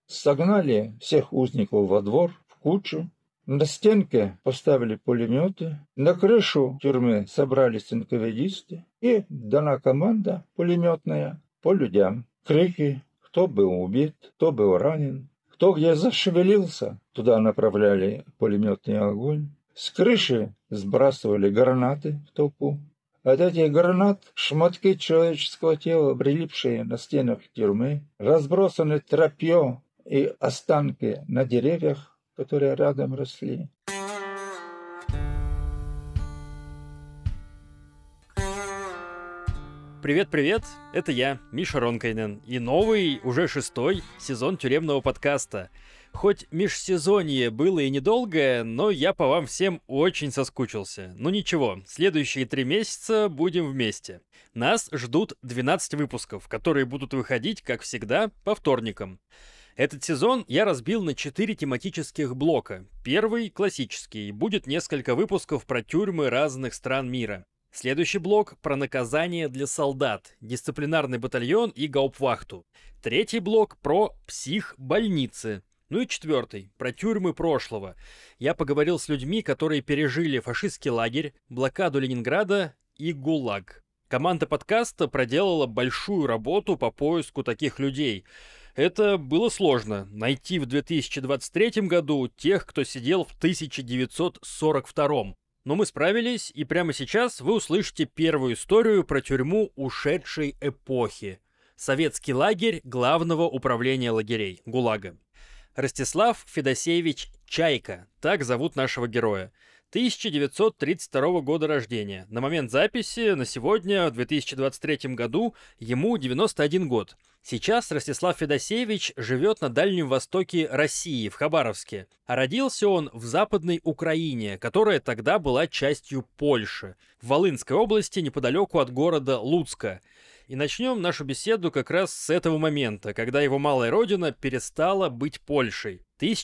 Согнали всех узников во двор, в кучу. На стенке поставили пулеметы. На крышу тюрьмы собрались НКВДисты. И дана команда пулеметная по людям. Крики, кто был убит, кто был ранен. Кто где зашевелился, туда направляли пулеметный огонь. С крыши сбрасывали гранаты в толпу. От этих гранат шматки человеческого тела, прилипшие на стенах тюрьмы, разбросаны тряпье и останки на деревьях, которые рядом росли. Привет-привет, это я, Миша Ронкайнен, и новый, уже 6-й сезон тюремного подкаста. Хоть межсезонье было и недолгое, но я по вам всем очень соскучился. Ну ничего, следующие 3 месяца будем вместе. Нас ждут 12 выпусков, которые будут выходить, как всегда, по вторникам. Этот сезон я разбил на 4 тематических блока. Первый, классический, будет несколько выпусков про тюрьмы разных стран мира. Следующий блок про наказание для солдат, дисциплинарный батальон и гауптвахту. Третий блок про психбольницы. Ну и четвертый, про тюрьмы прошлого. Я поговорил с людьми, которые пережили фашистский лагерь, блокаду Ленинграда и ГУЛАГ. Команда подкаста проделала большую работу по поиску таких людей. Это было сложно, найти в 2023 году тех, кто сидел в 1942. Но мы справились, и прямо сейчас вы услышите первую историю про тюрьму ушедшей эпохи. Советский лагерь Главного управления лагерей, ГУЛАГа. Ростислав Федосеевич Чайка, так зовут нашего героя. 1932 года рождения. На момент записи, на сегодня, в 2023 году, ему 91 год. Сейчас Ростислав Федосеевич живет на Дальнем Востоке России, в Хабаровске. А родился он в Западной Украине, которая тогда была частью Польши, в Волынской области, неподалеку от города Луцка. И начнем нашу беседу как раз с этого момента, когда его малая родина перестала быть Польшей.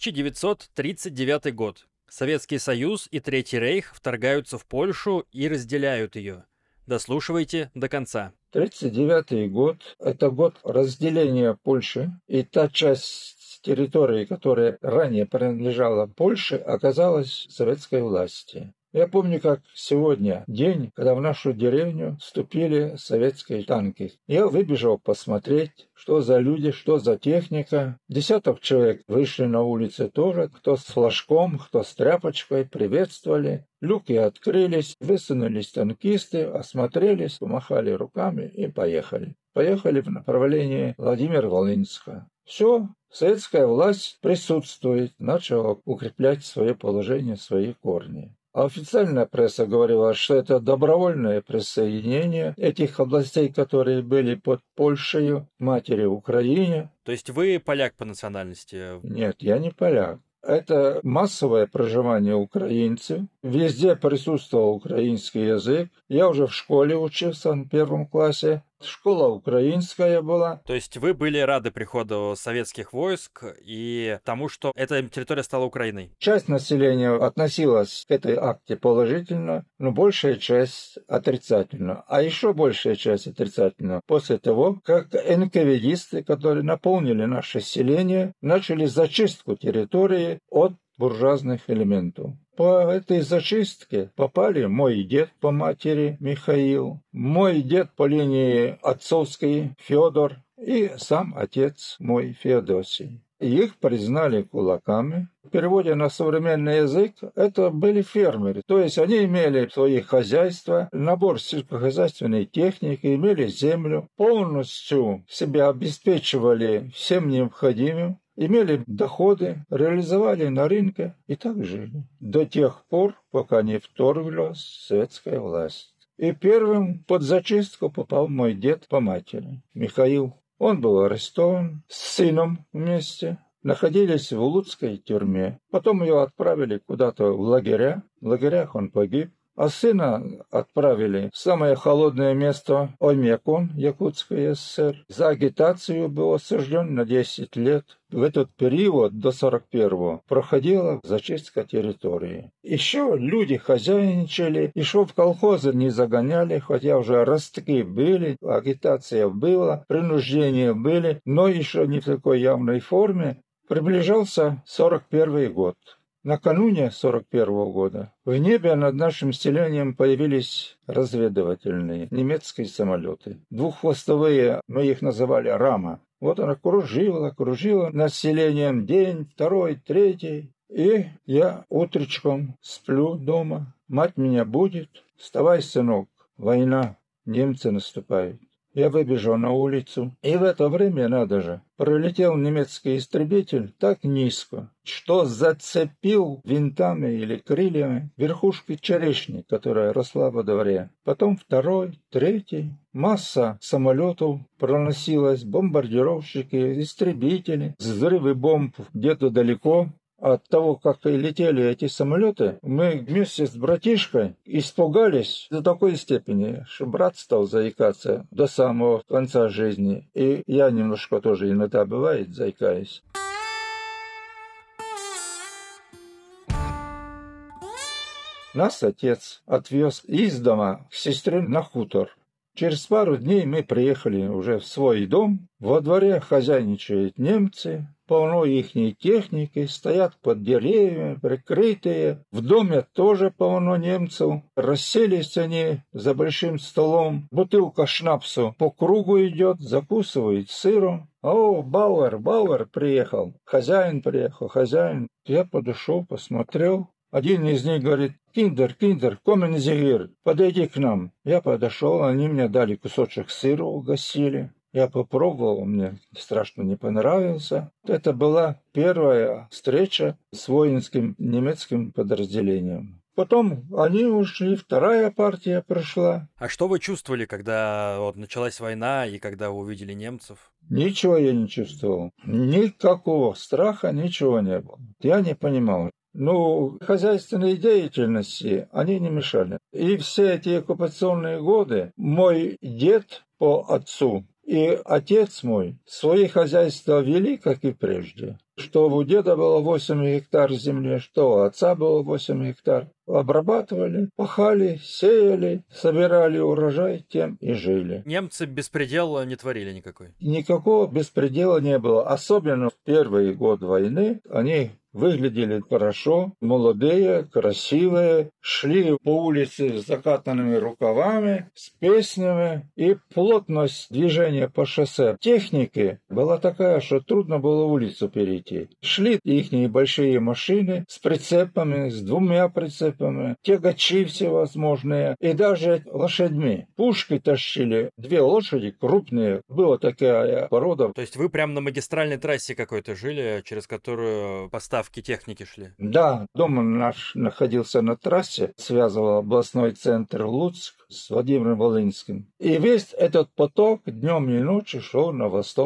1939 год. Советский Союз и Третий Рейх вторгаются в Польшу и разделяют ее. Дослушивайте до конца. 1939 год – это год разделения Польши, и та часть территории, которая ранее принадлежала Польше, оказалась в советской власти. Я помню, как сегодня день, когда в нашу деревню вступили советские танки. Я выбежал посмотреть, что за люди, что за техника. 10 человек вышли на улицы тоже, кто с флажком, кто с тряпочкой, приветствовали. Люки открылись, высунулись танкисты, осмотрелись, помахали руками и поехали. Поехали в направлении Владимир-Волынска. Все, советская власть присутствует, начала укреплять свое положение, свои корни. А официальная пресса говорила, что это добровольное присоединение этих областей, которые были под Польшей, матери Украине. То есть вы поляк по национальности? Нет, я не поляк. Это массовое проживание украинцев. Везде присутствовал украинский язык. Я уже в школе учился на 1 классе. Школа украинская была. То есть вы были рады приходу советских войск и тому, что эта территория стала Украиной? Часть населения относилась к этой акте положительно, но большая часть отрицательно. А еще большая часть отрицательно после того, как НКВДисты, которые наполнили наше селение, начали зачистку территории от буржуазных элементов. По этой зачистке попали мой дед по матери Михаил, мой дед по линии отцовской Федор и сам отец мой Феодосий. Их признали кулаками. В переводе на современный язык это были фермеры. То есть они имели свои хозяйства, набор сельскохозяйственной техники, имели землю, полностью себя обеспечивали всем необходимым. Имели доходы, реализовали на рынке и так жили. До тех пор, пока не вторглась советская власть. И первым под зачистку попал мой дед по матери, Михаил. Он был арестован с сыном вместе. Находились в Луцкой тюрьме. Потом его отправили куда-то в лагеря. В лагерях он погиб. А сына отправили в самое холодное место Оймякон, Якутская ССР. За агитацию был осужден на 10 лет. В этот период до 41-го проходила зачистка территории. Еще люди хозяйничали, еще в колхозы не загоняли, хотя уже ростки были, агитация была, принуждения были, но еще не в такой явной форме. Приближался 41 год. Накануне 41 года в небе над нашим селением появились разведывательные немецкие самолеты. Двуххвостовые, мы их называли «Рама». Вот она кружила над селением день, второй, третий. И я утречком сплю дома. Мать меня будет. Вставай, сынок, война, немцы наступают. Я выбежал на улицу, и в это время, надо же, пролетел немецкий истребитель так низко, что зацепил винтами или крыльями верхушки черешни, которая росла во дворе. Потом второй, третий. Масса самолетов проносилась, бомбардировщики, истребители, взрывы бомб где-то далеко. От того, как летели эти самолеты, мы вместе с братишкой испугались до такой степени, что брат стал заикаться до самого конца жизни. И я немножко тоже иногда бывает заикаюсь. Нас отец отвез из дома к сестре на хутор. Через пару дней мы приехали уже в свой дом. Во дворе хозяйничают немцы. Полно ихней техники, стоят под деревьями, прикрытые. В доме тоже полно немцев. Расселись они за большим столом. Бутылка шнапсу по кругу идет, закусывают сыром. О, Бауэр приехал. Хозяин приехал, хозяин. Я подошел, посмотрел. Один из них говорит: «Киндер, коммен зигир, подойди к нам». Я подошел, они мне дали кусочек сыра, угостили. Я попробовал, мне страшно не понравился. Это была первая встреча с воинским немецким подразделением. Потом они ушли, вторая партия прошла. А что вы чувствовали, когда вот началась война и когда вы увидели немцев? Ничего я не чувствовал. Никакого страха, ничего не было. Я не понимал. Хозяйственной деятельности они не мешали. И все эти оккупационные годы мой дед по отцу и отец мой свои хозяйства вели, как и прежде. Что у деда было 8 гектар земли, что у отца было 8 гектар. Обрабатывали, пахали, сеяли, собирали урожай, тем и жили. Немцы беспредела не творили никакой? Никакого беспредела не было. Особенно в первый год войны они выглядели хорошо, молодые, красивые, шли по улице с закатанными рукавами, с песнями, и плотность движения по шоссе техники была такая, что трудно было улицу перейти. Шли ихние большие машины с прицепами, с 2 прицепами, тягачи всевозможные, и даже лошадьми. Пушки тащили 2 лошади крупные, была такая порода. То есть вы прямо на магистральной трассе какой-то жили, через которую поставки техники шли? Да, дом наш находился на трассе, связывал областной центр Луцк с Владимиром-Волынским. И весь этот поток днем и ночью шел на восток.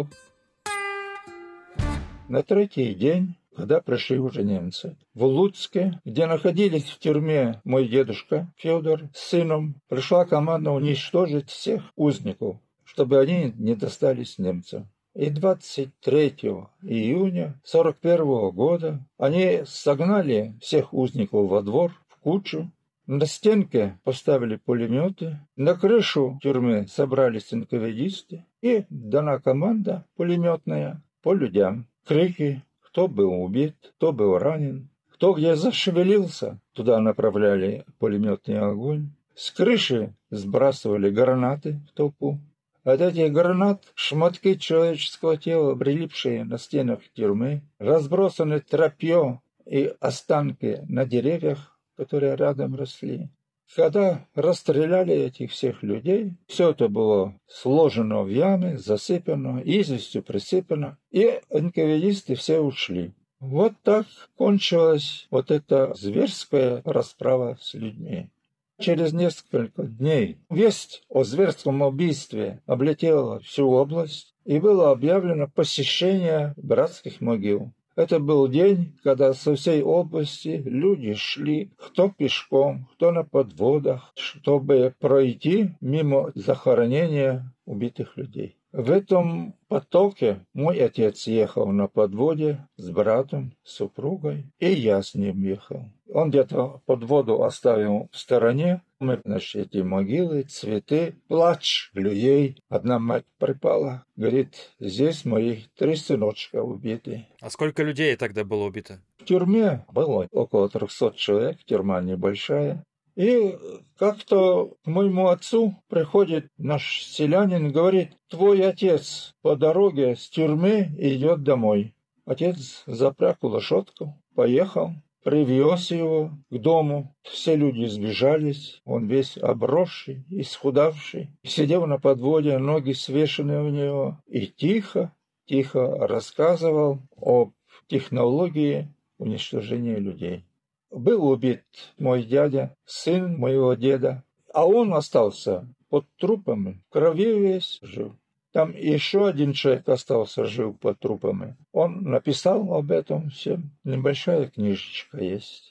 На третий день, когда пришли уже немцы, в Луцке, где находились в тюрьме мой дедушка Федор с сыном, пришла команда уничтожить всех узников, чтобы они не достались немцам. И 23 июня 41 года они согнали всех узников во двор, в кучу. На стенке поставили пулеметы, на крышу тюрьмы собрались НКВДисты, и дана команда пулеметная по людям. Крики, кто был убит, кто был ранен, кто где зашевелился, туда направляли пулеметный огонь. С крыши сбрасывали гранаты в толпу. От этих гранат шматки человеческого тела, прилипшие на стенах тюрьмы, разбросаны тряпье и останки на деревьях, которые рядом росли. Когда расстреляли этих всех людей, все это было сложено в ямы, засыпано, известью присыпано, и НКВДисты все ушли. Вот так кончилась вот эта зверская расправа с людьми. Через несколько дней весть о зверском убийстве облетела всю область, и было объявлено посещение братских могил. Это был день, когда со всей области люди шли, кто пешком, кто на подводах, чтобы пройти мимо захоронения убитых людей. В этом потоке мой отец ехал на подводе с братом, с супругой, и я с ним ехал. Он где-то подводу оставил в стороне. Мы нашли эти могилы, цветы, плач людей. Одна мать припала, говорит, здесь мои 3 сыночка убиты. А сколько людей тогда было убито? В тюрьме было около 300 человек, тюрьма небольшая. И как-то к моему отцу приходит наш селянин, говорит, твой отец по дороге с тюрьмы идет домой. Отец запряг лошадку, поехал, привез его к дому. Все люди сбежались, он весь обросший, исхудавший, сидел на подводе, ноги свешены у него, и тихо рассказывал об технологии уничтожения людей. Был убит мой дядя, сын моего деда, а он остался под трупами, в крови весь жил. Там еще один человек остался жив под трупами. Он написал об этом всем. Небольшая книжечка есть.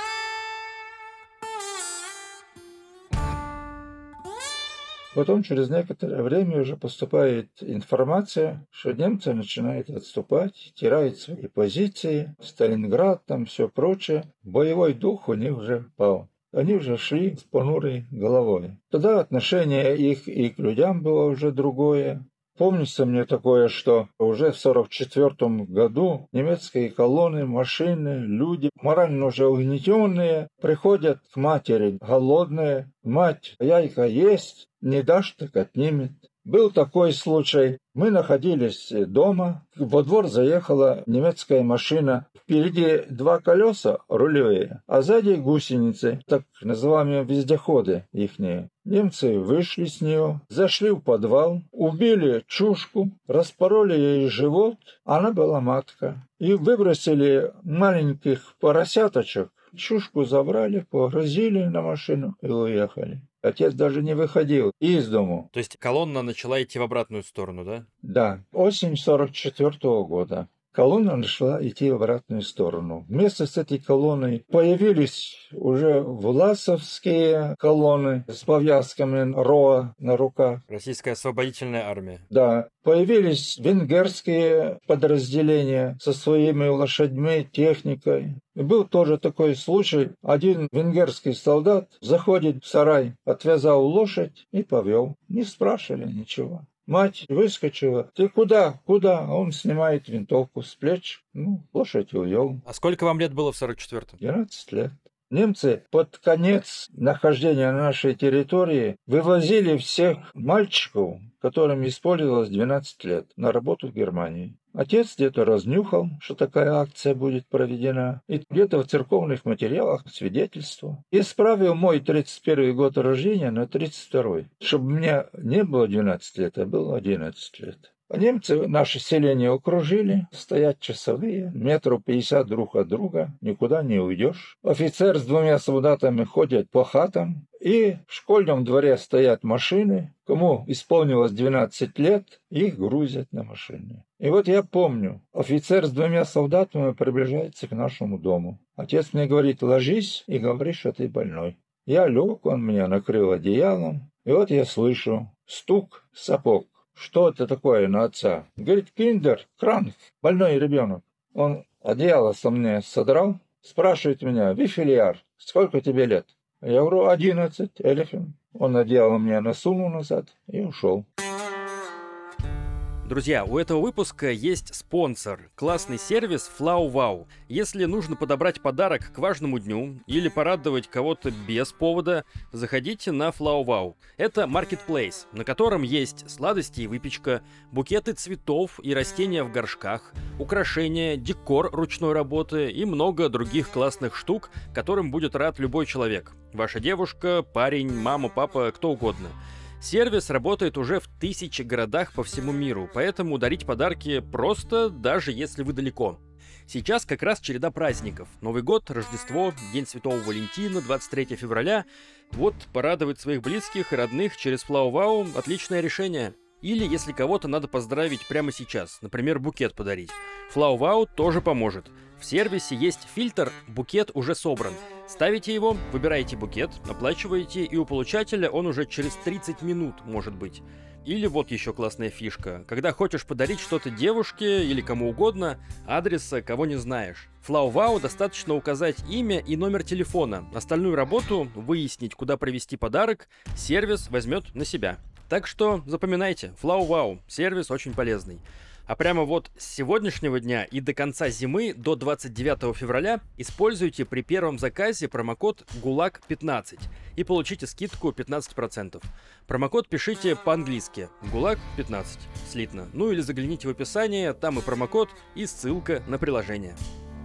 Потом через некоторое время уже поступает информация, что немцы начинают отступать, теряют свои позиции, Сталинград, там все прочее. Боевой дух у них уже пал. Они уже шли с понурой головой. Тогда отношение их и к людям было уже другое. Помнится мне такое, что уже в 1944 году немецкие колонны, машины, люди, морально уже угнетенные, приходят к матери голодные. Мать, яйка есть, не дашь, так отнимет. Был такой случай. Мы находились дома, во двор заехала немецкая машина. Впереди 2 колеса рулевые, а сзади гусеницы, так называемые вездеходы ихние. Немцы вышли с нее, зашли в подвал, убили чушку, распороли ей живот, она была матка, и выбросили маленьких поросяточек. Чушку забрали, погрузили на машину и уехали. Отец даже не выходил из дому. То есть колонна начала идти в обратную сторону, да? Да, осень 1944 года. Колонна начала идти в обратную сторону. Вместе с этой колонной появились уже власовские колонны с повязками РОА на руках. Российская освободительная армия. Да, появились венгерские подразделения со своими лошадьми, техникой. И был тоже такой случай. Один венгерский солдат заходит в сарай, отвязал лошадь и повел. Не спрашивали ничего. Мать выскочила. Ты куда? Куда? А он снимает винтовку с плеч. Лошадь увел. А сколько вам лет было в 44-м? 12 лет. Немцы под конец нахождения на нашей территории вывозили всех мальчиков, которым использовалось 12 лет, на работу в Германии. Отец где-то разнюхал, что такая акция будет проведена, и где-то в церковных материалах свидетельство. И справил мой 31 год рождения на 32-й, чтобы мне не было 12 лет, а было 11 лет. А немцы наше селение окружили, стоят часовые, 50 метров друг от друга, никуда не уйдешь. Офицер с 2 солдатами ходят по хатам, и в школьном дворе стоят машины. Кому исполнилось 12 лет, их грузят на машины. И вот я помню, офицер с 2 солдатами приближается к нашему дому. Отец мне говорит, ложись и говори, что ты больной. Я лег, он меня накрыл одеялом, и вот я слышу стук сапог. Что это такое на отца? Говорит, киндер, кранк, больной ребенок. Он одеяло со мне содрал, спрашивает меня, вифильяр, сколько тебе лет? Я говорю, 11, элефин. Он одеяло мне насунул назад и ушел. Друзья, у этого выпуска есть спонсор, классный сервис FlowWow. Если нужно подобрать подарок к важному дню или порадовать кого-то без повода, заходите на FlowWow. Это маркетплейс, на котором есть сладости и выпечка, букеты цветов и растения в горшках, украшения, декор ручной работы и много других классных штук, которым будет рад любой человек. Ваша девушка, парень, мама, папа, кто угодно. Сервис работает уже в 1000 городах по всему миру, поэтому дарить подарки просто, даже если вы далеко. Сейчас как раз череда праздников. Новый год, Рождество, День Святого Валентина, 23 февраля. Вот, порадовать своих близких и родных через FlowWow – отличное решение. Или если кого-то надо поздравить прямо сейчас, например, букет подарить. FlowWow тоже поможет. В сервисе есть фильтр «Букет уже собран». Ставите его, выбираете букет, оплачиваете, и у получателя он уже через 30 минут может быть. Или вот еще классная фишка. Когда хочешь подарить что-то девушке или кому угодно, адреса кого не знаешь. В FlowWow достаточно указать имя и номер телефона. Остальную работу, выяснить, куда провести подарок, сервис возьмет на себя. Так что запоминайте, FlowWow, сервис очень полезный. А прямо вот с сегодняшнего дня и до конца зимы, до 29 февраля, используйте при первом заказе промокод ГУЛАГ15 и получите скидку 15%. Промокод пишите по-английски ГУЛАГ15, слитно. Ну или загляните в описание, там и промокод, и ссылка на приложение.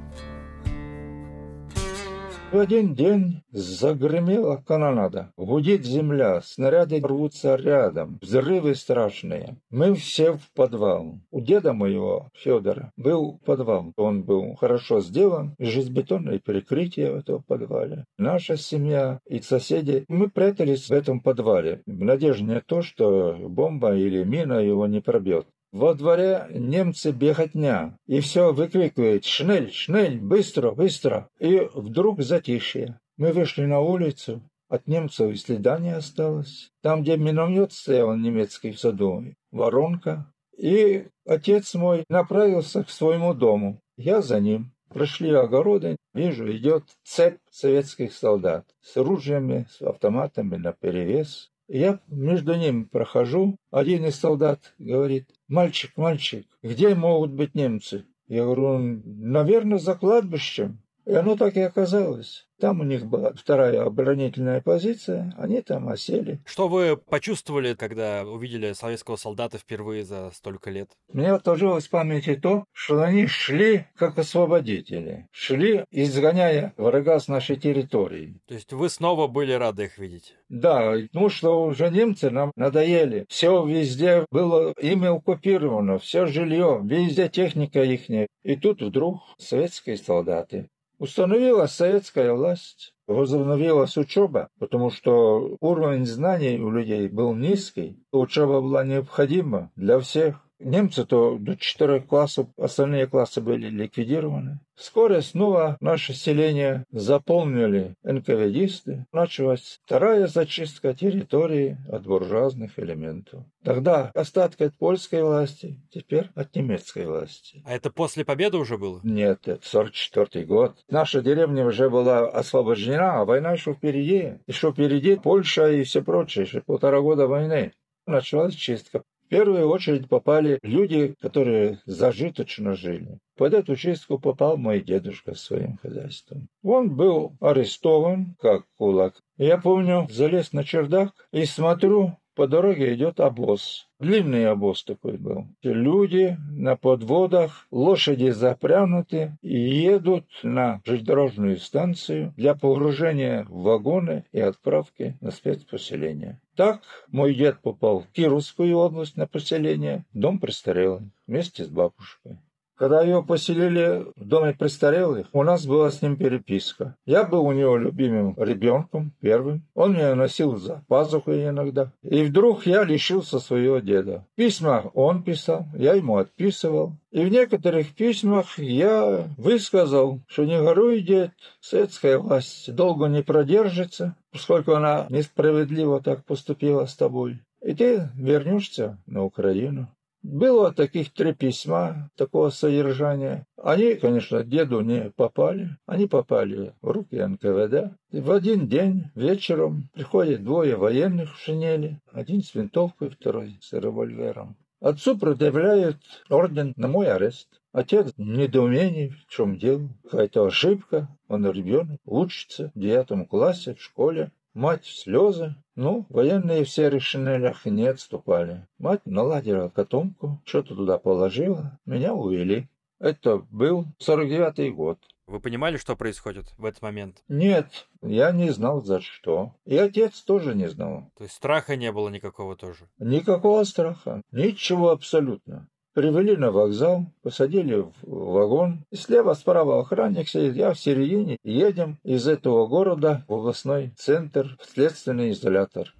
В один день загремела канонада. Гудит земля, снаряды рвутся рядом, взрывы страшные. Мы все в подвал. У деда моего, Федора, был подвал. Он был хорошо сделан, железобетонное перекрытие в этом подвале. Наша семья и соседи, мы прятались в этом подвале, в надежде на то, что бомба или мина его не пробьет. Во дворе немцы беготня, и все выкрикивают «Шнель, шнель, быстро, быстро!» И вдруг затишье. Мы вышли на улицу, от немцев и следа не осталось. Там, где миномет стоял немецкий в саду, воронка. И отец мой направился к своему дому. Я за ним. Прошли огороды, вижу, идет цепь советских солдат с ружьями, с автоматами наперевес. Я между ними прохожу, один из солдат говорит: «Мальчик, мальчик, где могут быть немцы?» Я говорю: «Наверное, за кладбищем». И оно так и оказалось. Там у них была вторая оборонительная позиция, они там осели. Что вы почувствовали, когда увидели советского солдата впервые за столько лет? Мне отложилось в памяти то, что они шли как освободители, шли, изгоняя врага с нашей территории. То есть вы снова были рады их видеть? Да, потому что уже немцы нам надоели. Все везде было ими оккупировано, все жилье, везде техника ихняя. И тут вдруг советские солдаты. Установилась советская власть, возобновилась учеба, потому что уровень знаний у людей был низкий. Учеба была необходима для всех. Немцы-то до 4 классов, остальные классы были ликвидированы. Вскоре снова наше селение заполнили НКВДисты. Началась вторая зачистка территории от буржуазных элементов. Тогда остатки от польской власти, теперь от немецкой власти. А это после победы уже было? Нет, это 44-й год. Наша деревня уже была освобождена, а война еще впереди. Еще впереди Польша и все прочее, еще 1,5 года войны. Началась чистка. В первую очередь попали люди, которые зажиточно жили. Под эту чистку попал мой дедушка с своим хозяйством. Он был арестован, как кулак. Я помню, залез на чердак и смотрю, по дороге идет обоз. Длинный обоз такой был. Люди на подводах, лошади запрянуты и едут на железнодорожную станцию для погружения в вагоны и отправки на спецпоселение. Так мой дед попал в Кировскую область на поселение, дом престарелых, вместе с бабушкой. Когда его поселили в доме престарелых, у нас была с ним переписка. Я был у него любимым ребенком, первым. Он меня носил за пазухой иногда. И вдруг я лишился своего деда. Письма он писал, я ему отписывал. И в некоторых письмах я высказал, что не горюй, дед, советская власть долго не продержится, поскольку она несправедливо так поступила с тобой. И ты вернешься на Украину. Было таких 3 письма такого содержания. Они, конечно, деду не попали. Они попали в руки НКВД. И в один день вечером приходят 2 военных в шинели. Один с винтовкой, второй с револьвером. Отцу предъявляют орден на мой арест. Отец в недоумении, в чем дело. Какая-то ошибка. Он ребенок, учится в 9 классе в школе. Мать в слезы. Военные все в шинелях не отступали. Мать наладила котомку, что-то туда положила. Меня увели. Это был 49-й год. Вы понимали, что происходит в этот момент? Нет, я не знал за что. И отец тоже не знал. То есть страха не было никакого тоже? Никакого страха. Ничего абсолютно. Привели на вокзал, посадили в вагон. И слева-справа охранник сидит, я в середине. Едем из этого города в областной центр, в следственный изолятор.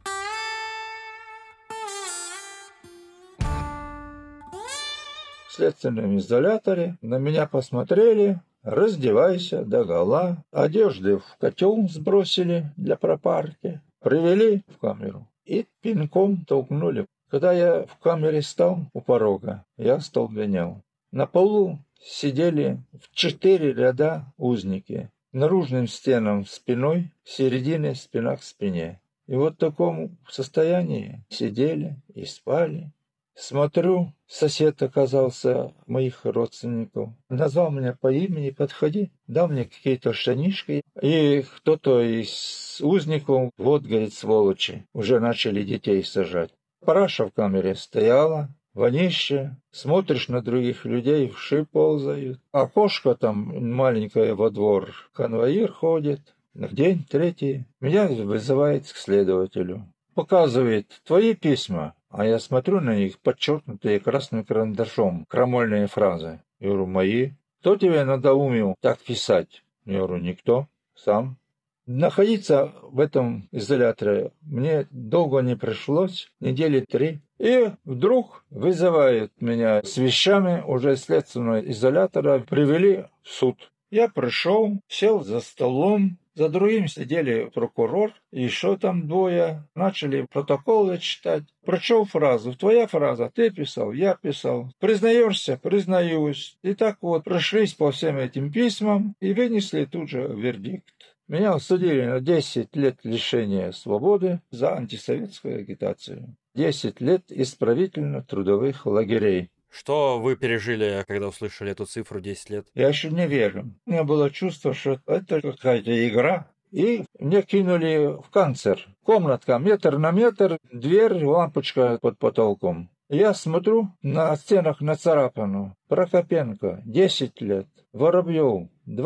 В следственном изоляторе на меня посмотрели. Раздевайся догола. Одежды в котел сбросили для пропарки. Привели в камеру и пинком толкнули. Когда я в камере стал у порога, я остолбенел. На полу сидели в 4 ряда узники. Наружным стенам спиной, в середине спина к спине. И вот в таком состоянии сидели и спали. Смотрю, сосед оказался моих родственников. Назвал меня по имени, подходи, дал мне какие-то штанишки. И кто-то из узников, вот, говорит, сволочи, уже начали детей сажать. Параша в камере стояла, вонище, смотришь на других людей, вши ползают. Окошко там маленькое во двор, конвоир ходит. На день третий меня вызывает к следователю. Показывает твои письма, а я смотрю на них, подчеркнутые красным карандашом, крамольные фразы. Я говорю, мои. Кто тебе надоумил так писать? Я говорю, никто, сам. Находиться в этом изоляторе мне долго не пришлось, 3 недели. И вдруг вызывают меня с вещами уже из следственного изолятора, привели в суд. Я пришел, сел за столом, за другим сидели прокурор, и еще там 2, начали протоколы читать. Прочел фразу, твоя фраза, ты писал, я писал. Признаешься, признаюсь. И так вот прошлись по всем этим письмам и вынесли тут же вердикт. Меня осудили на 10 лет лишения свободы за антисоветскую агитацию. 10 лет исправительно-трудовых лагерей. Что вы пережили, когда услышали эту цифру 10 лет? Я еще не верю. У меня было чувство, что это какая-то игра. И мне кинули в карцер. Комнатка 1 метр на метр, дверь, лампочка под потолком. Я смотрю, на стенах нацарапано. Прокопенко, 10 лет. Воробьев,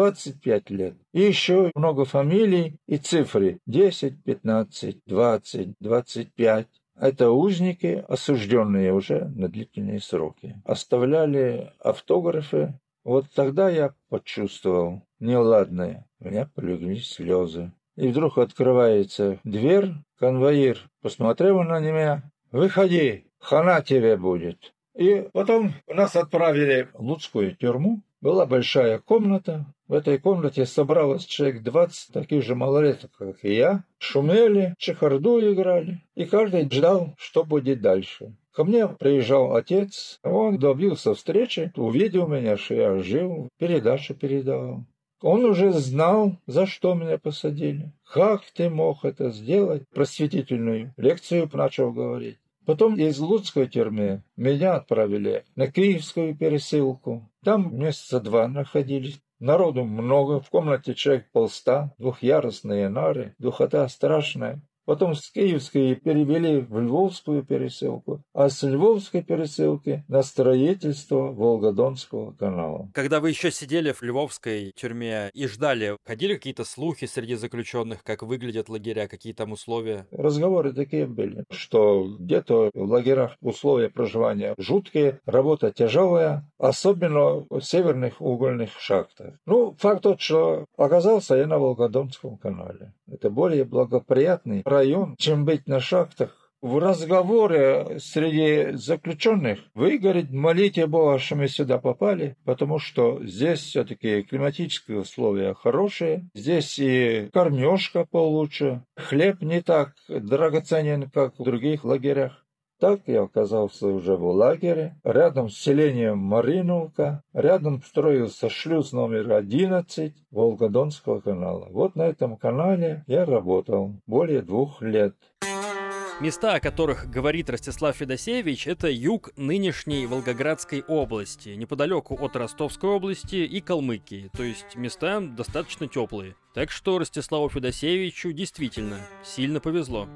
25 лет. И еще много фамилий и цифры. 10, 15, 20, 25. Это узники, осужденные уже на длительные сроки. Оставляли автографы. Вот тогда я почувствовал неладное. У меня полегли слезы. И вдруг открывается дверь. Конвоир посмотрел на меня. «Выходи, хана тебе будет». И потом нас отправили в Луцкую тюрьму. Была большая комната. В этой комнате собралось человек 20 таких же малолеток, как и я. Шумели, чехарду играли. И каждый ждал, что будет дальше. Ко мне приезжал отец. Он добился встречи, увидел меня, что я жил, передачу передавал. Он уже знал, за что меня посадили. Как ты мог это сделать? Просветительную лекцию начал говорить. Потом из Луцкой тюрьмы меня отправили на Киевскую пересылку. Там месяца 2 находились. Народу много, в комнате человек 100, 2-ярусные нары, духота страшная. Потом с Киевской перевели в Львовскую пересылку, а с Львовской пересылки на строительство Волгодонского канала. Когда вы еще сидели в Львовской тюрьме и ждали, ходили какие-то слухи среди заключенных, как выглядят лагеря, какие там условия? Разговоры такие были, что где-то в лагерях условия проживания жуткие, работа тяжелая, особенно в северных угольных шахтах. Факт тот, что оказался я на Волгодонском канале. Это более благоприятный район, чем быть на шахтах. В разговоре среди заключенных вы, говорит, молите Бога, что мы сюда попали, потому что здесь все-таки климатические условия хорошие, здесь и кормежка получше, хлеб не так драгоценен, как в других лагерях. Так я оказался уже в лагере, рядом с селением Мариновка, рядом строился шлюз номер 11 Волгодонского канала. Вот на этом канале я работал более 2 лет. Места, о которых говорит Ростислав Федосеевич, это юг нынешней Волгоградской области, неподалеку от Ростовской области и Калмыкии, то есть места достаточно теплые. Так что Ростиславу Федосеевичу действительно сильно повезло.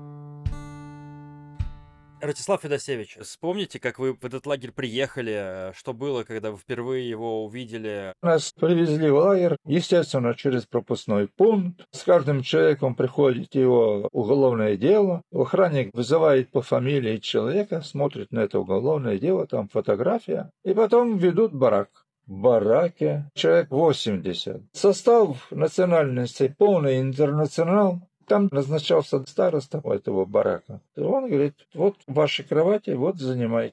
Ростислав Федосеевич, вспомните, как вы в этот лагерь приехали, что было, когда вы впервые его увидели? Нас привезли в лагерь, естественно, через пропускной пункт. С каждым человеком приходит его уголовное дело. Охранник вызывает по фамилии человека, смотрит на это уголовное дело, там фотография. И потом ведут барак. В бараке человек 80. Состав национальности полный интернационал. Там назначался староста этого барака. Он говорит, вот ваши кровати, вот занимайте их.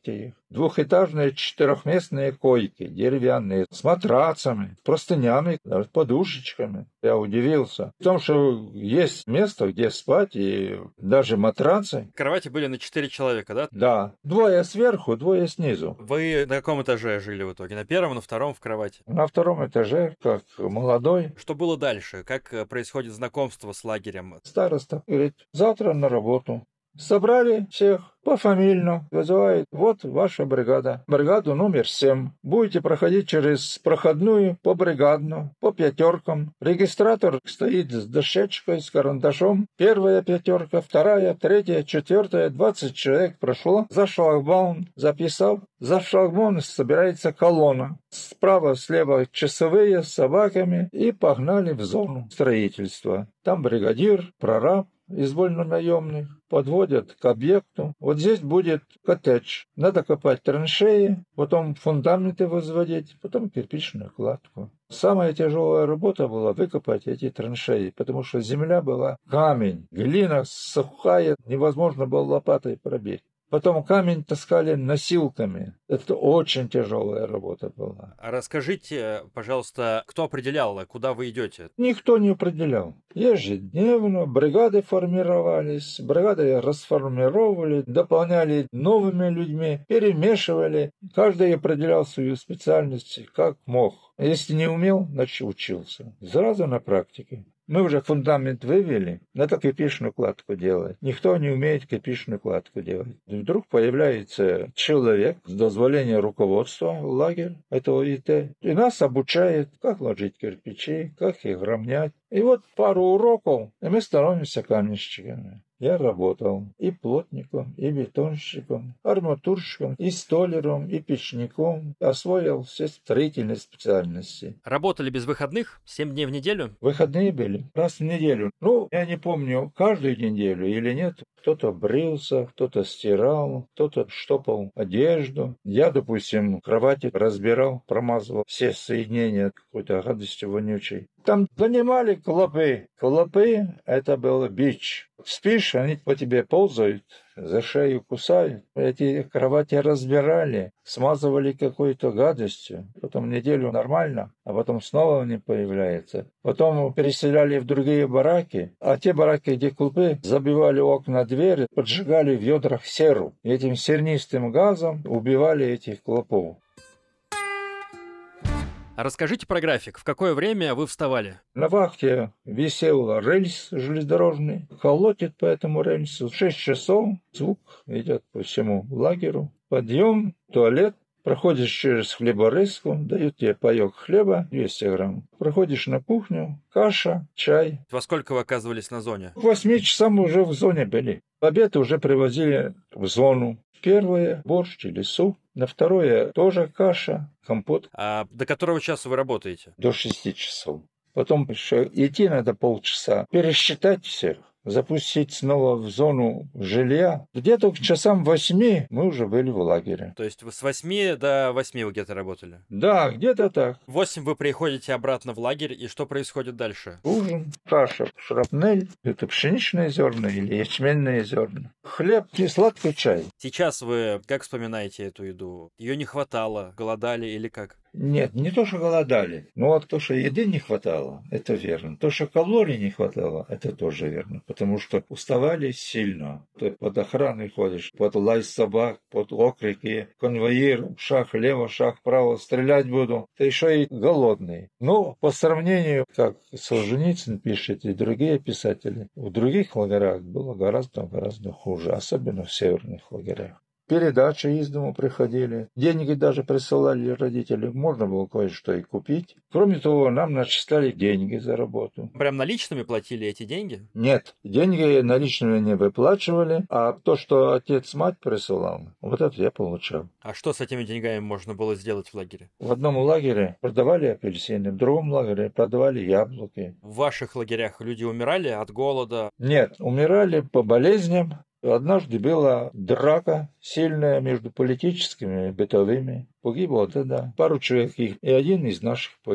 двухэтажные четырехместные койки, деревянные, с матрацами, простынями, даже подушечками. Я удивился. В том, что есть место, где спать, и даже матрацы. Кровати были на 4 человека, да? Да, двое сверху, двое снизу. Вы на каком этаже жили в итоге? На первом, на втором в кровати? На втором этаже, как молодой. Что было дальше? Как происходит знакомство с лагерем? Староста говорит, завтра на работу. Собрали всех пофамильно, вызывает, вот ваша бригада, бригаду номер 7. Будете проходить через проходную побригадно, по пятеркам. Регистратор стоит с дощечкой, с карандашом. Первая пятерка, вторая, третья, четвертая, 20 человек прошло. За шлагбаум записал. За шлагбаум собирается колонна. Справа, слева часовые с собаками и погнали в зону строительства. Там бригадир, прораб из вольнонаемных подводят к объекту. Вот здесь будет коттедж. Надо копать траншеи, потом фундаменты возводить, потом кирпичную кладку. Самая тяжелая работа была выкопать эти траншеи, потому что земля была камень, глина сухая, невозможно было лопатой пробить. Потом камень таскали носилками. Это очень тяжелая работа была. А расскажите, пожалуйста, кто определял, куда вы идете? Никто не определял. Ежедневно бригады формировались, бригады расформировали, дополняли новыми людьми, перемешивали. Каждый определял свою специальность как мог. Если не умел, значит учился. Сразу на практике. Мы уже фундамент вывели, надо кирпичную кладку делать. Никто не умеет кирпичную кладку делать. И вдруг появляется человек с дозволения руководства лагеря этого ИТ, и нас обучает, как ложить кирпичи, как их равнять. И вот пару уроков, и мы становимся каменщиками. Я работал и плотником, и бетонщиком, арматурщиком, и столяром, и печником. Освоил все строительные специальности. Работали без выходных? 7 дней в неделю? Выходные были раз в неделю. Ну, я не помню, каждую неделю или нет. Кто-то брился, кто-то стирал, кто-то штопал одежду. Я, допустим, кровати разбирал, промазывал все соединения какой-то гадостью вонючей. Там занимали клопы. Клопы — это был бич. Спишь, они по тебе ползают, за шею кусают. Эти кровати разбирали, смазывали какой-то гадостью. Потом неделю нормально, а потом снова они появляются. Потом переселяли в другие бараки, а те бараки, где клопы, забивали окна, двери, поджигали в ведрах серу. И этим сернистым газом убивали этих клопов. А расскажите про график. В какое время вы вставали? На вахте висел рельс железнодорожный, колотит по этому рельсу. 6 часов звук идет по всему лагерю. Подъем, туалет. Проходишь через хлеборезку, дают тебе паёк хлеба, 200 грамм. Проходишь на кухню, каша, чай. Во сколько вы оказывались на зоне? К 8 часам мы уже в зоне были. Обед уже привозили в зону. Первое — борщ или суп. На второе тоже каша, компот. А до которого часа вы работаете? До 6 часов. Потом еще идти надо полчаса, пересчитать всех, запустить снова в зону жилья. Где-то к часам 8 мы уже были в лагере. То есть вы с 8 до 8 вы где-то работали? Да, где-то так. В 8 вы приходите обратно в лагерь, и что происходит дальше? Ужин, каша, шрапнель, это пшеничные зерна или ячменные зерна. Хлеб и сладкий чай. Сейчас вы как вспоминаете эту еду? Ее не хватало, голодали или как? Нет, не то, что голодали. Но вот то, что еды не хватало, это верно. То, что калорий не хватало, это тоже верно. Потому что уставали сильно. Ты под охраной ходишь, под лай собак, под окрики, конвоир, шаг лево, шаг вправо, стрелять буду. Ты еще и голодный. Но по сравнению, как Солженицын пишет и другие писатели, в других лагерях было гораздо хуже, особенно в северных лагерях. Передачи из дому приходили, деньги даже присылали родители, можно было кое-что и купить. Кроме того, нам начисляли деньги за работу. Прям наличными платили эти деньги? Нет, деньги наличными не выплачивали, а то, что отец-мать присылал, вот это я получал. А что с этими деньгами можно было сделать в лагере? В одном лагере продавали апельсины, в другом лагере продавали яблоки. В ваших лагерях люди умирали от голода? Нет, умирали по болезням. Однажды была драка сильная между политическими и бытовыми. Погибло тогда пару человек, и один из наших погиб. То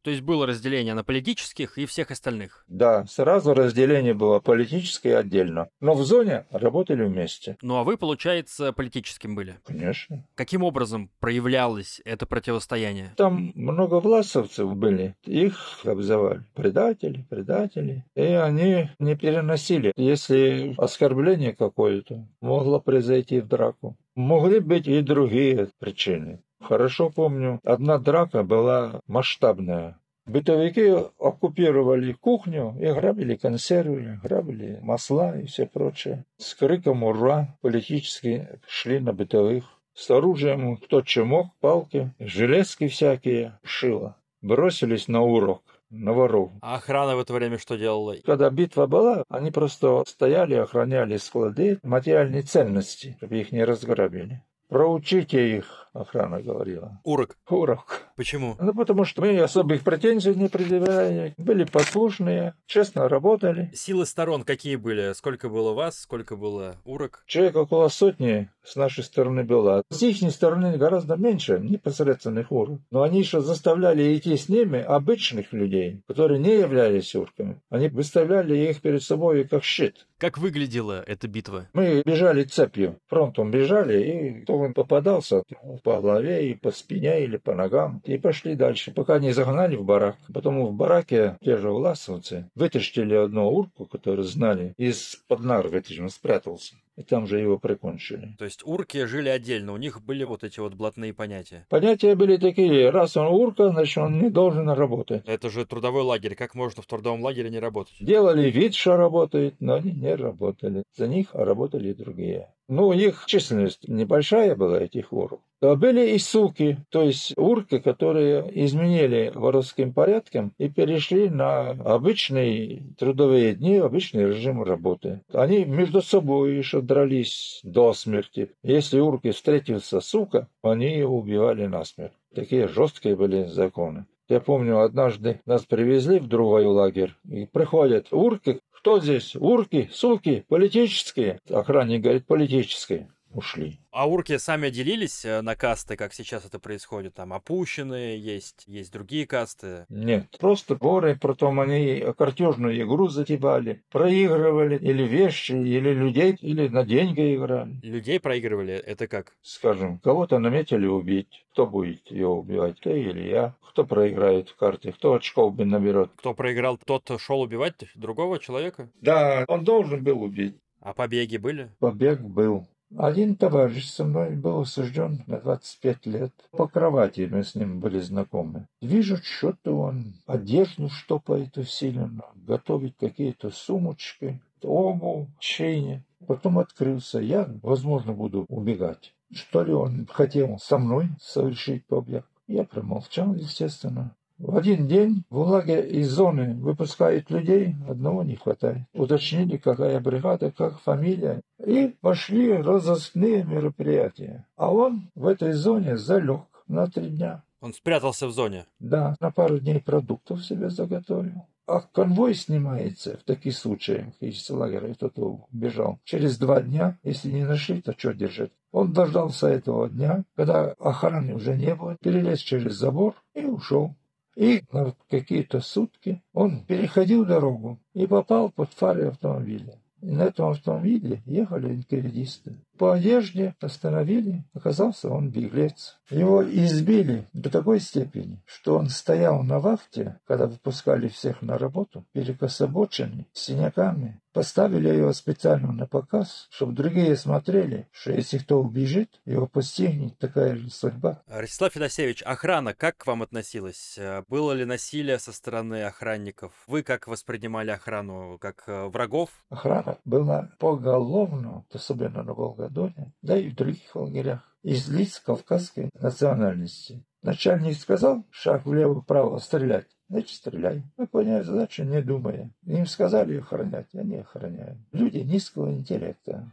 То есть было разделение на политических и всех остальных? Да, сразу разделение было политическое отдельно. Но в зоне работали вместе. Ну а вы, получается, политическим были? Конечно. Каким образом проявлялось это противостояние? Там много власовцев были. Их обзывали предатели. И они не переносили. Если оскорбление какое-то могло произойти в драку. Могли быть и другие причины. Хорошо помню, одна драка была масштабная. Бытовики оккупировали кухню и грабили консервы, грабили масла и все прочее. С криком «Ура!» политически шли на бытовых. С оружием кто чем мог, палки, железки всякие, шило. Бросились на урок, на воров. А охрана в это время что делала? Когда битва была, они просто стояли, охраняли склады, материальные ценности, чтобы их не разграбили. Проучите их, охрана говорила. Урок. Урок. Почему? Ну, потому что мы особых претензий не предъявляли, были послушные, честно работали. Силы сторон какие были? Сколько было вас, сколько было урок? Человек около сотни с нашей стороны было. С их стороны гораздо меньше непосредственных урок. Но они еще заставляли идти с ними обычных людей, которые не являлись урками. Они выставляли их перед собой как щит. Как выглядела эта битва? Мы бежали цепью, фронтом бежали, и кто он попадался по голове и по спине или по ногам, и пошли дальше, пока не загнали в барак. Потом в бараке те же власовцы вытащили одну урку, которую знали, из-под нар вытащил, он спрятался. И там же его прикончили. То есть урки жили отдельно, у них были вот эти вот блатные понятия. Понятия были такие, раз он урка, значит он не должен работать. Это же трудовой лагерь, как можно в трудовом лагере не работать? Делали вид, что работают, но они не работали. За них работали другие. Ну, их численность небольшая была, этих урок. А были и суки, то есть урки, которые изменили воровским порядком и перешли на обычные трудовые дни, обычный режим работы. Они между собой еще дрались до смерти. Если урки встретился сука, они его убивали насмерть. Такие жесткие были законы. Я помню, однажды нас привезли в другой лагерь, и приходят урки. Кто здесь? Урки, суки, политические. Охранник говорит, политические. Ушли. А урки сами делились на касты, как сейчас это происходит? Там опущенные есть другие касты? Нет, просто воры, потом они картежную игру затевали, проигрывали или вещи, или людей, или на деньги играли. Людей проигрывали? Это как? Скажем, кого-то наметили убить. Кто будет его убивать? Ты или я? Кто проиграет в карте? Кто очков наберет? Кто проиграл, тот шел убивать другого человека? Да, он должен был убить. А побеги были? Побег был. Один товарищ со мной был осужден на 25 лет. По кровати мы с ним были знакомы. Вижу, что-то он одежду штопает усиленно, готовит какие-то сумочки, обувь, чайни. Потом открылся. Я, возможно, буду убегать. Что ли он хотел со мной совершить побег? Я промолчал, естественно. В один день в лагерь из зоны выпускают людей, одного не хватает. Уточнили, какая бригада, как фамилия. И пошли розыскные мероприятия. А он в этой зоне залег на 3 дня. Он спрятался в зоне? Да, на пару дней продуктов себе заготовил. А конвой снимается в таких случаях, если лагеря кто-то убежал. Через 2 дня, если не нашли, то что держать? Он дождался этого дня, когда охраны уже не было, перелез через забор и ушел. И на какие-то сутки он переходил дорогу и попал под фары автомобиля. И на этом автомобиле ехали инкавидисты. По одежде остановили, оказался он беглец. Его избили до такой степени, что он стоял на вахте, когда выпускали всех на работу, перекособоченный, с синяками. Поставили его специально на показ, чтобы другие смотрели, что если кто убежит, его постигнет такая же судьба. Ростислав Федосеевич, охрана как к вам относилась? Было ли насилие со стороны охранников? Вы как воспринимали охрану? Как врагов? Охрана была поголовно, особенно на Волгодоне, да и в других лагерях, из лиц кавказской национальности. Начальник сказал, шаг влево-вправо, стрелять. Значит, стреляй. Выполняю задачу, не думая. Им сказали охранять, они охраняют. Люди низкого интеллекта.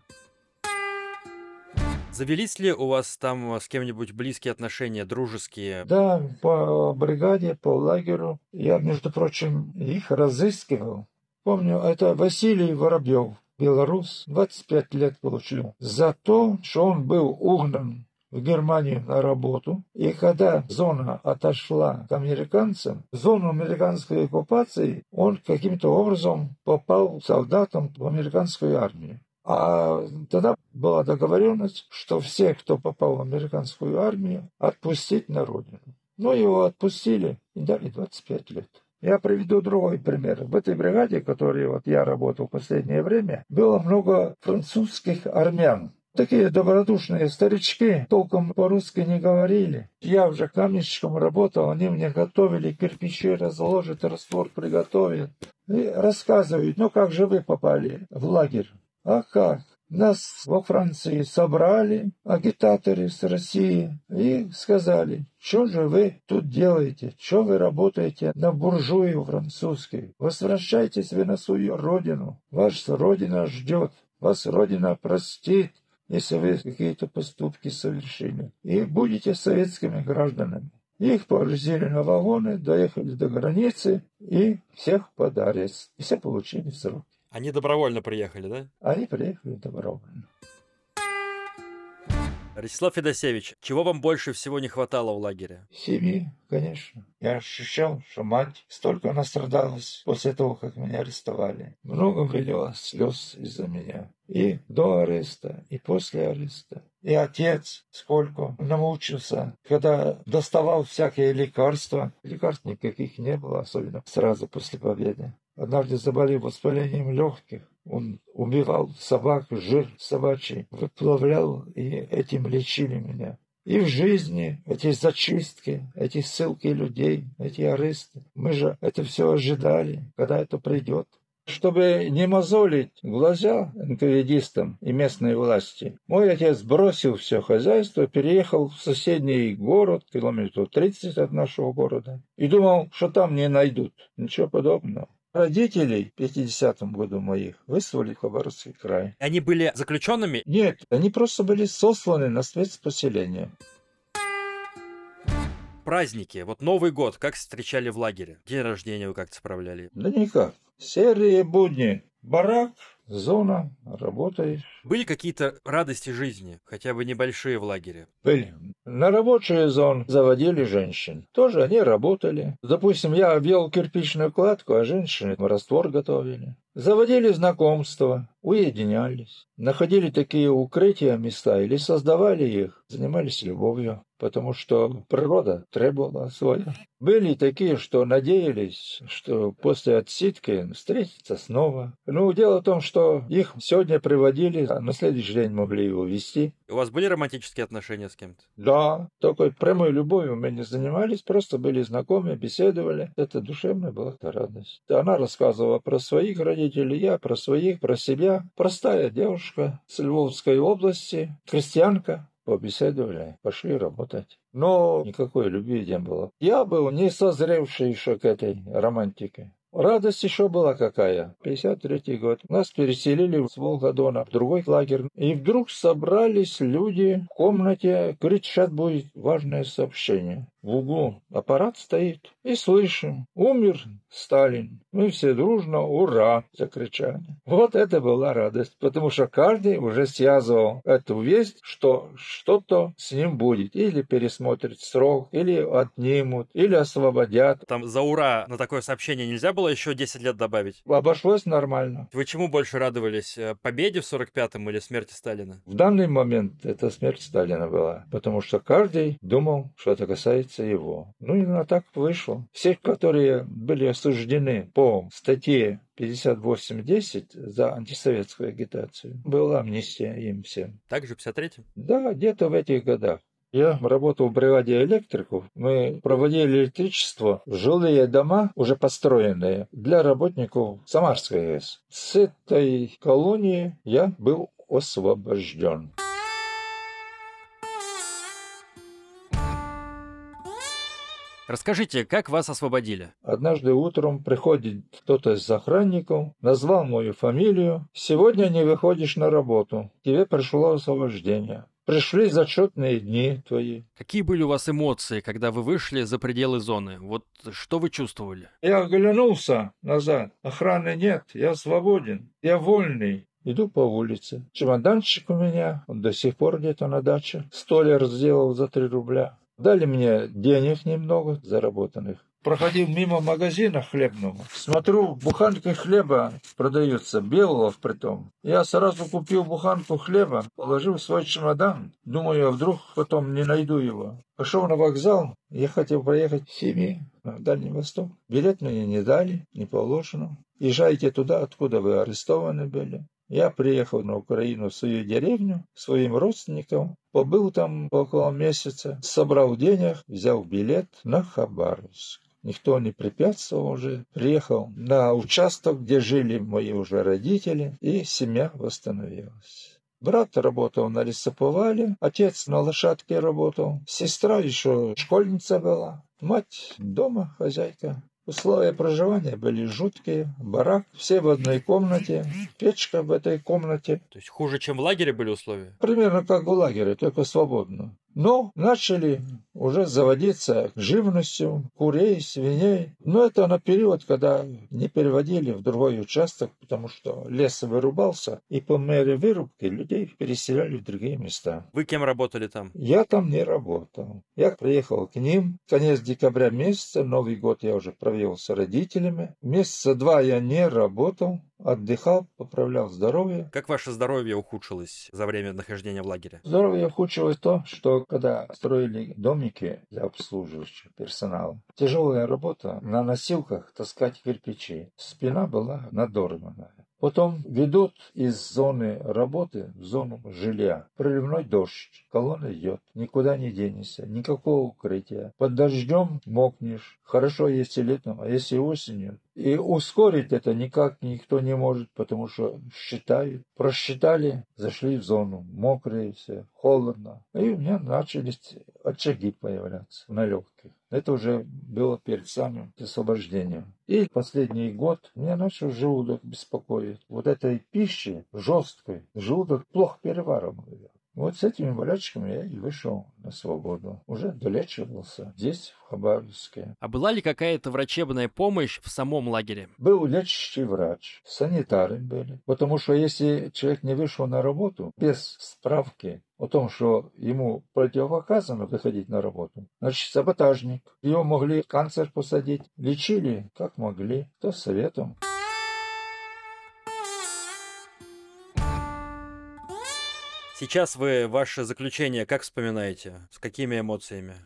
Завелись ли у вас там с кем-нибудь близкие отношения, дружеские? Да, по бригаде, по лагерю. Я, между прочим, их разыскивал. Помню, это Василий Воробьев, белорус, 25 лет получил. За то, что он был угнан в Германию на работу. И когда зона отошла к американцам, в зону американской оккупации он каким-то образом попал солдатом в американскую армию. А тогда была договоренность, что всех, кто попал в американскую армию, отпустить на родину. Ну, его отпустили и дали 25 лет. Я приведу другой пример. В этой бригаде, в которой вот я работал в последнее время, было много французских армян. Такие добродушные старички, толком по-русски не говорили. Я уже каменщиком работал, они мне готовили, кирпичи разложат, раствор приготовят. И рассказывают, ну как же вы попали в лагерь? А как? Нас во Франции собрали агитаторы с России и сказали, что же вы тут делаете, что вы работаете на буржуев французских. Возвращайтесь вы на свою родину, ваша родина ждет, вас родина простит, если вы какие-то поступки совершили, и будете советскими гражданами. Их погрузили на вагоны, доехали до границы и всех под арест. И все получили срок. Они добровольно приехали, да? Они приехали добровольно. Ростислав Федосеевич, чего вам больше всего не хватало в лагере? Семьи, конечно. Я ощущал, что мать столько настрадалась после того, как меня арестовали. Много вылила слез из-за меня. И до ареста, и после ареста. И отец сколько намучился, когда доставал всякие лекарства. Лекарств никаких не было, особенно сразу после победы. Однажды заболел воспалением легких. Он убивал собак, жир собачий, выплавлял, и этим лечили меня. И в жизни эти зачистки, эти ссылки людей, эти аресты. Мы же это все ожидали, когда это придет. Чтобы не мозолить глаза НКВДистам и местной власти, мой отец бросил все хозяйство, переехал в соседний город, километров 30 от нашего города, и думал, что там не найдут. Ничего подобного. Родителей в 50-м году моих выслали в Хабаровский край. Они были заключенными? Нет, они просто были сосланы на спецпоселение. Праздники, вот Новый год, как встречали в лагере? День рождения вы как-то справляли? Да никак. Серые будни. Барак, зона, работаешь. Были какие-то радости жизни, хотя бы небольшие в лагере? Были. На рабочие зоны заводили женщин. Тоже они работали. Допустим, я вел кирпичную кладку, а женщины раствор готовили. Заводили знакомства, уединялись. Находили такие укрытия, места, или создавали их. Занимались любовью, потому что природа требовала свое. Были такие, что надеялись, что после отсидки встретиться снова. Но дело в том, что их сегодня приводили, а на следующий день могли увезти. У вас были романтические отношения с кем-то? Да, такой прямой любовью мы не занимались, просто были знакомы, беседовали. Это душевная была радость. Она рассказывала про своих родителей, я про своих, про себя. Простая девушка с Львовской области, крестьянка. Побеседовали, пошли работать. Но никакой любви не было. Я был не созревший еще к этой романтике. Радость еще была какая. 53-й год. Нас переселили с Волгодона в другой лагерь. И вдруг собрались люди в комнате. Говорит, сейчас будет важное сообщение. В углу аппарат стоит. И слышим. Умер Сталин. Мы все дружно «Ура!» закричали. Вот это была радость. Потому что каждый уже связывал эту весть, что что-то с ним будет. Или пересмотрят срок, или отнимут, или освободят. Там за «Ура» на такое сообщение нельзя было еще 10 лет добавить? Обошлось нормально. Вы чему больше радовались? Победе в 45-м или смерти Сталина? В данный момент это смерть Сталина была. Потому что каждый думал, что это касается его. Ну и так вышло. Все, которые были осуждены по статье 58.10 за антисоветскую агитацию, была амнистия им всем. Также в 53-м? Да, где-то в этих годах. Я работал в бригаде электриков. Мы проводили электричество в жилые дома, уже построенные, для работников Самарской АЭС. С этой колонии я был освобожден. Расскажите, как вас освободили? Однажды утром приходит кто-то из охранников, назвал мою фамилию. «Сегодня не выходишь на работу. Тебе пришло освобождение. Пришли зачетные дни твои». Какие были у вас эмоции, когда вы вышли за пределы зоны? Вот что вы чувствовали? Я оглянулся назад. Охраны нет. Я свободен. Я вольный. Иду по улице. Чемоданчик у меня, он до сих пор где-то на даче. Столяр сделал за 3 рубля. Дали мне денег немного, заработанных. Проходил мимо магазина хлебного. Смотрю, буханка хлеба продается, белого притом. Я сразу купил буханку хлеба, положил в свой чемодан. Думаю, вдруг потом не найду его. Пошел на вокзал, я хотел проехать в семьи на Дальний Восток. Билет мне не дали, не положено. Езжайте туда, откуда вы арестованы были. Я приехал на Украину в свою деревню, к своим родственникам, побыл там около месяца, собрал денег, взял билет на Хабаровск. Никто не препятствовал уже. Приехал на участок, где жили мои уже родители, и семья восстановилась. Брат работал на лесоповале, отец на лошадке работал, сестра еще школьница была, мать дома хозяйка. Условия проживания были жуткие. Барак, все в одной комнате, печка в этой комнате. То есть хуже, чем в лагере были условия? Примерно как в лагере, только свободно. Но начали уже заводиться живностью, курей, свиней. Но это на период, когда не переводили в другой участок, потому что лес вырубался, и по мере вырубки людей переселяли в другие места. Вы кем работали там? Я там не работал. Я приехал к ним. Конец декабря месяца, Новый год я уже провел с родителями. Месяца 2 я не работал. Отдыхал, поправлял здоровье. Как ваше здоровье ухудшилось за время нахождения в лагере? Здоровье ухудшилось то, что когда строили домики для обслуживающего персонала, тяжелая работа на носилках таскать кирпичи. Спина была надорванная. Потом ведут из зоны работы в зону жилья. Проливной дождь, колонна идет, никуда не денешься, никакого укрытия. Под дождем мокнешь, хорошо если летом, а если осенью. И ускорить это никак никто не может, потому что считают. Просчитали, зашли в зону, мокрые все, холодно. И у меня начались очаги появляться на легких. Это уже было перед самым освобождением. И последний год меня начал желудок беспокоить. Вот этой пищи жесткой желудок плохо переваривал. Вот с этими болячками я и вышел на свободу. Уже долечивался здесь, в Хабаровске. А была ли какая-то врачебная помощь в самом лагере? Был лечащий врач, санитары были. Потому что если человек не вышел на работу без справки о том, что ему противопоказано выходить на работу, значит, саботажник. Его могли в карцер посадить. Лечили как могли, кто с советом. Сейчас вы ваше заключение как вспоминаете? С какими эмоциями?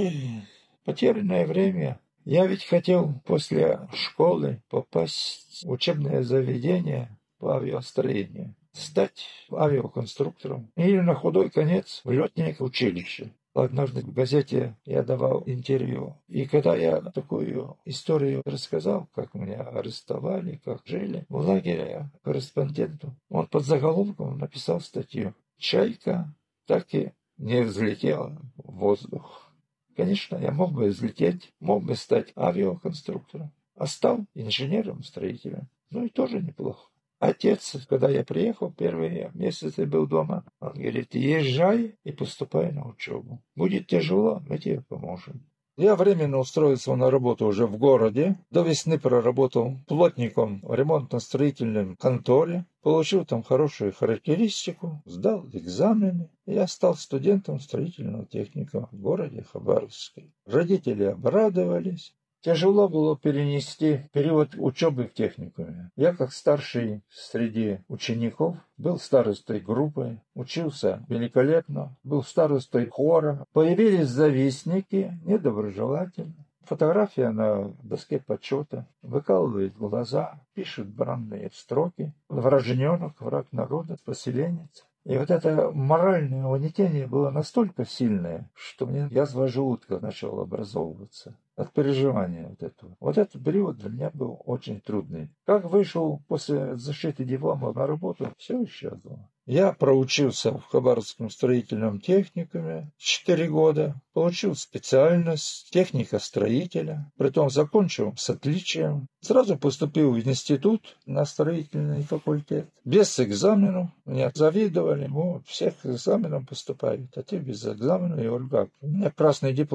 Потерянное время. Я ведь хотел после школы попасть в учебное заведение по авиастроению, стать авиаконструктором или на худой конец в летное училище. Однажды в газете я давал интервью, и когда я такую историю рассказал, как меня арестовали, как жили в лагере, корреспонденту, он под заголовком написал статью «Чайка так и не взлетела в воздух». Конечно, я мог бы взлететь, мог бы стать авиаконструктором, а стал инженером-строителем. Ну и тоже неплохо. Отец, когда я приехал, первые месяцы был дома, он говорит: езжай и поступай на учебу. Будет тяжело, мы тебе поможем. Я временно устроился на работу уже в городе. До весны проработал плотником в ремонтно-строительной конторе. Получил там хорошую характеристику, сдал экзамены. Я стал студентом строительного техника в городе Хабаровске. Родители обрадовались. Тяжело было перенести период учебы в техникуме. Я, как старший среди учеников, был старостой группы, учился великолепно, был старостой хора. Появились завистники, недоброжелатели. Фотография на доске почета, выкалывает глаза, пишут бранные строки. Вражненок, враг народа, поселенец. И вот это моральное угнетение было настолько сильное, что мне язва желудка начала образовываться от переживания вот этого. Вот этот период для меня был очень трудный. Как вышел после защиты диплома на работу, все исчезло. Я проучился в Хабаровском строительном техникуме 4 года, получил специальность техника-строителя, притом закончил с отличием. Сразу поступил в институт на строительный факультет. Без экзаменов. Меня завидовали. Вот, всех экзаменов поступают, а те без экзамена. Я говорю, как? У меня красный диплом.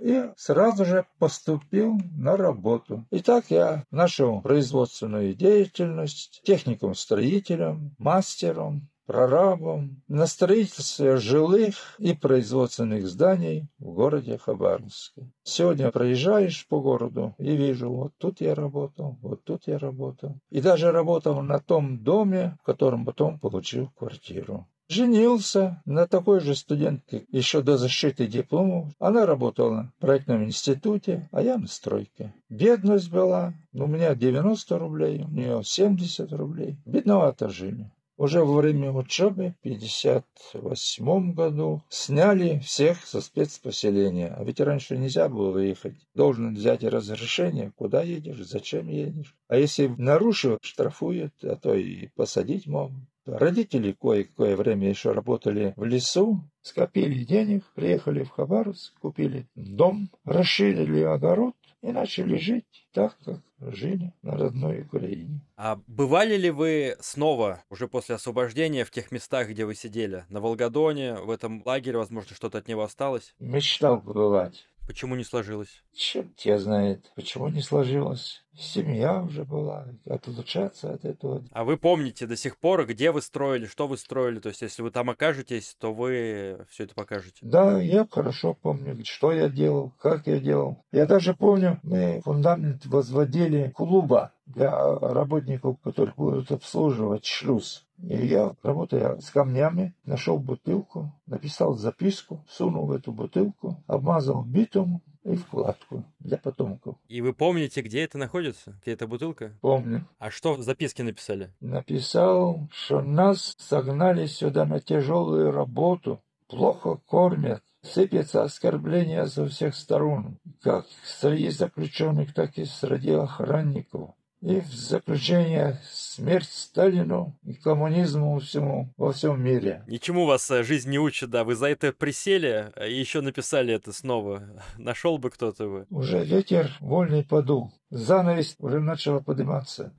и сразу же поступил на работу. И так я начал производственную деятельность техником-строителем, мастером, прорабом на строительстве жилых и производственных зданий в городе Хабаровске. Сегодня проезжаешь по городу и вижу, вот тут я работал, вот тут я работал. И даже работал на том доме, в котором потом получил квартиру. Женился на такой же студентке еще до защиты дипломов. Она работала в проектном институте, а я на стройке. Бедность была, у меня 90 рублей, у нее 70 рублей. Бедновато жили. Уже во время учебы в 1958 году сняли всех со спецпоселения. А ведь раньше нельзя было выехать. Должен взять разрешение, куда едешь, зачем едешь. А если нарушил, штрафуют, а то и посадить могут. Родители кое-какое время еще работали в лесу, скопили денег, приехали в Хабаровск, купили дом, расширили огород и начали жить так, как жили на родной Украине. А бывали ли вы снова, уже после освобождения, в тех местах, где вы сидели? На Волгодоне, в этом лагере, возможно, что-то от него осталось? Мечтал побывать. Почему не сложилось? Черт тебя знает, почему не сложилось. Семья уже была, отлучаться от этого. А вы помните до сих пор, где вы строили, что вы строили? То есть, если вы там окажетесь, то вы все это покажете? Да, я хорошо помню, что я делал, как я делал. Я даже помню, мы фундамент возводили клуба для работников, которые будут обслуживать шлюз. И я, работая с камнями, нашел бутылку, написал записку, сунул в эту бутылку, обмазал битумом и вкладку для потомков. И вы помните, где это находится? Где эта бутылка? Помню. А что в записке написали? Написал, что нас согнали сюда на тяжелую работу, плохо кормят, сыпятся оскорбления со всех сторон, как среди заключенных, так и среди охранников. И в заключение смерть Сталину и коммунизму всему во всем мире. Ничему вас жизнь не учит, да. Вы за это присели и еще написали это снова. Нашел бы кто-то вы. Уже ветер вольный подул. Занавес уже начала подниматься.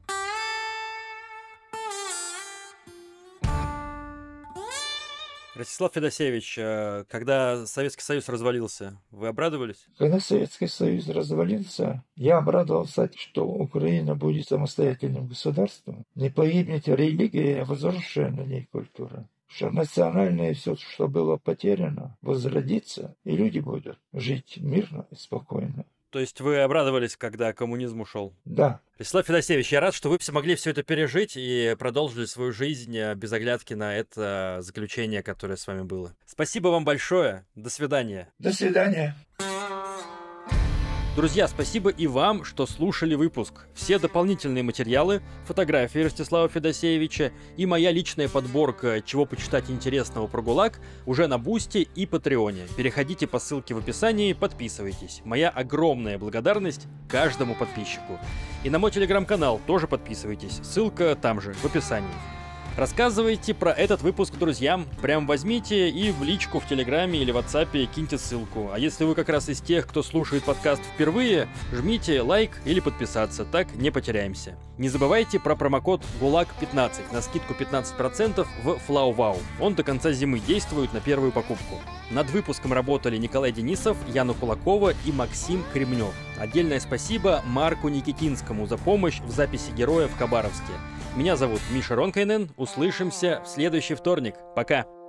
Ростислав Федосеевич, когда Советский Союз развалился, вы обрадовались? Когда Советский Союз развалился, я обрадовался, что Украина будет самостоятельным государством, не погибнет религия, а возросшая на ней культура. Что национальное все, что было потеряно, возродится, и люди будут жить мирно и спокойно. То есть вы обрадовались, когда коммунизм ушел? Да. Ростислав Федосеевич, я рад, что вы смогли все это пережить и продолжили свою жизнь без оглядки на это заключение, которое с вами было. Спасибо вам большое. До свидания. До свидания. Друзья, спасибо и вам, что слушали выпуск. Все дополнительные материалы, фотографии Ростислава Федосеевича и моя личная подборка «Чего почитать интересного про ГУЛАГ» уже на Бусти и Патреоне. Переходите по ссылке в описании, подписывайтесь. Моя огромная благодарность каждому подписчику. И на мой телеграм-канал тоже подписывайтесь, ссылка там же, в описании. Рассказывайте про этот выпуск друзьям. Прям возьмите и в личку в Телеграме или WhatsApp киньте ссылку. А если вы как раз из тех, кто слушает подкаст впервые, жмите лайк или подписаться, так не потеряемся. Не забывайте про промокод ГУЛАГ15 на скидку 15% в FlowWow. Он до конца зимы действует на первую покупку. Над выпуском работали Николай Денисов, Яна Кулакова и Максим Кремнев. Отдельное спасибо Марку Никитинскому за помощь в записи героя в Хабаровске. Меня зовут Миша Ронкайнен. Услышимся в следующий вторник. Пока!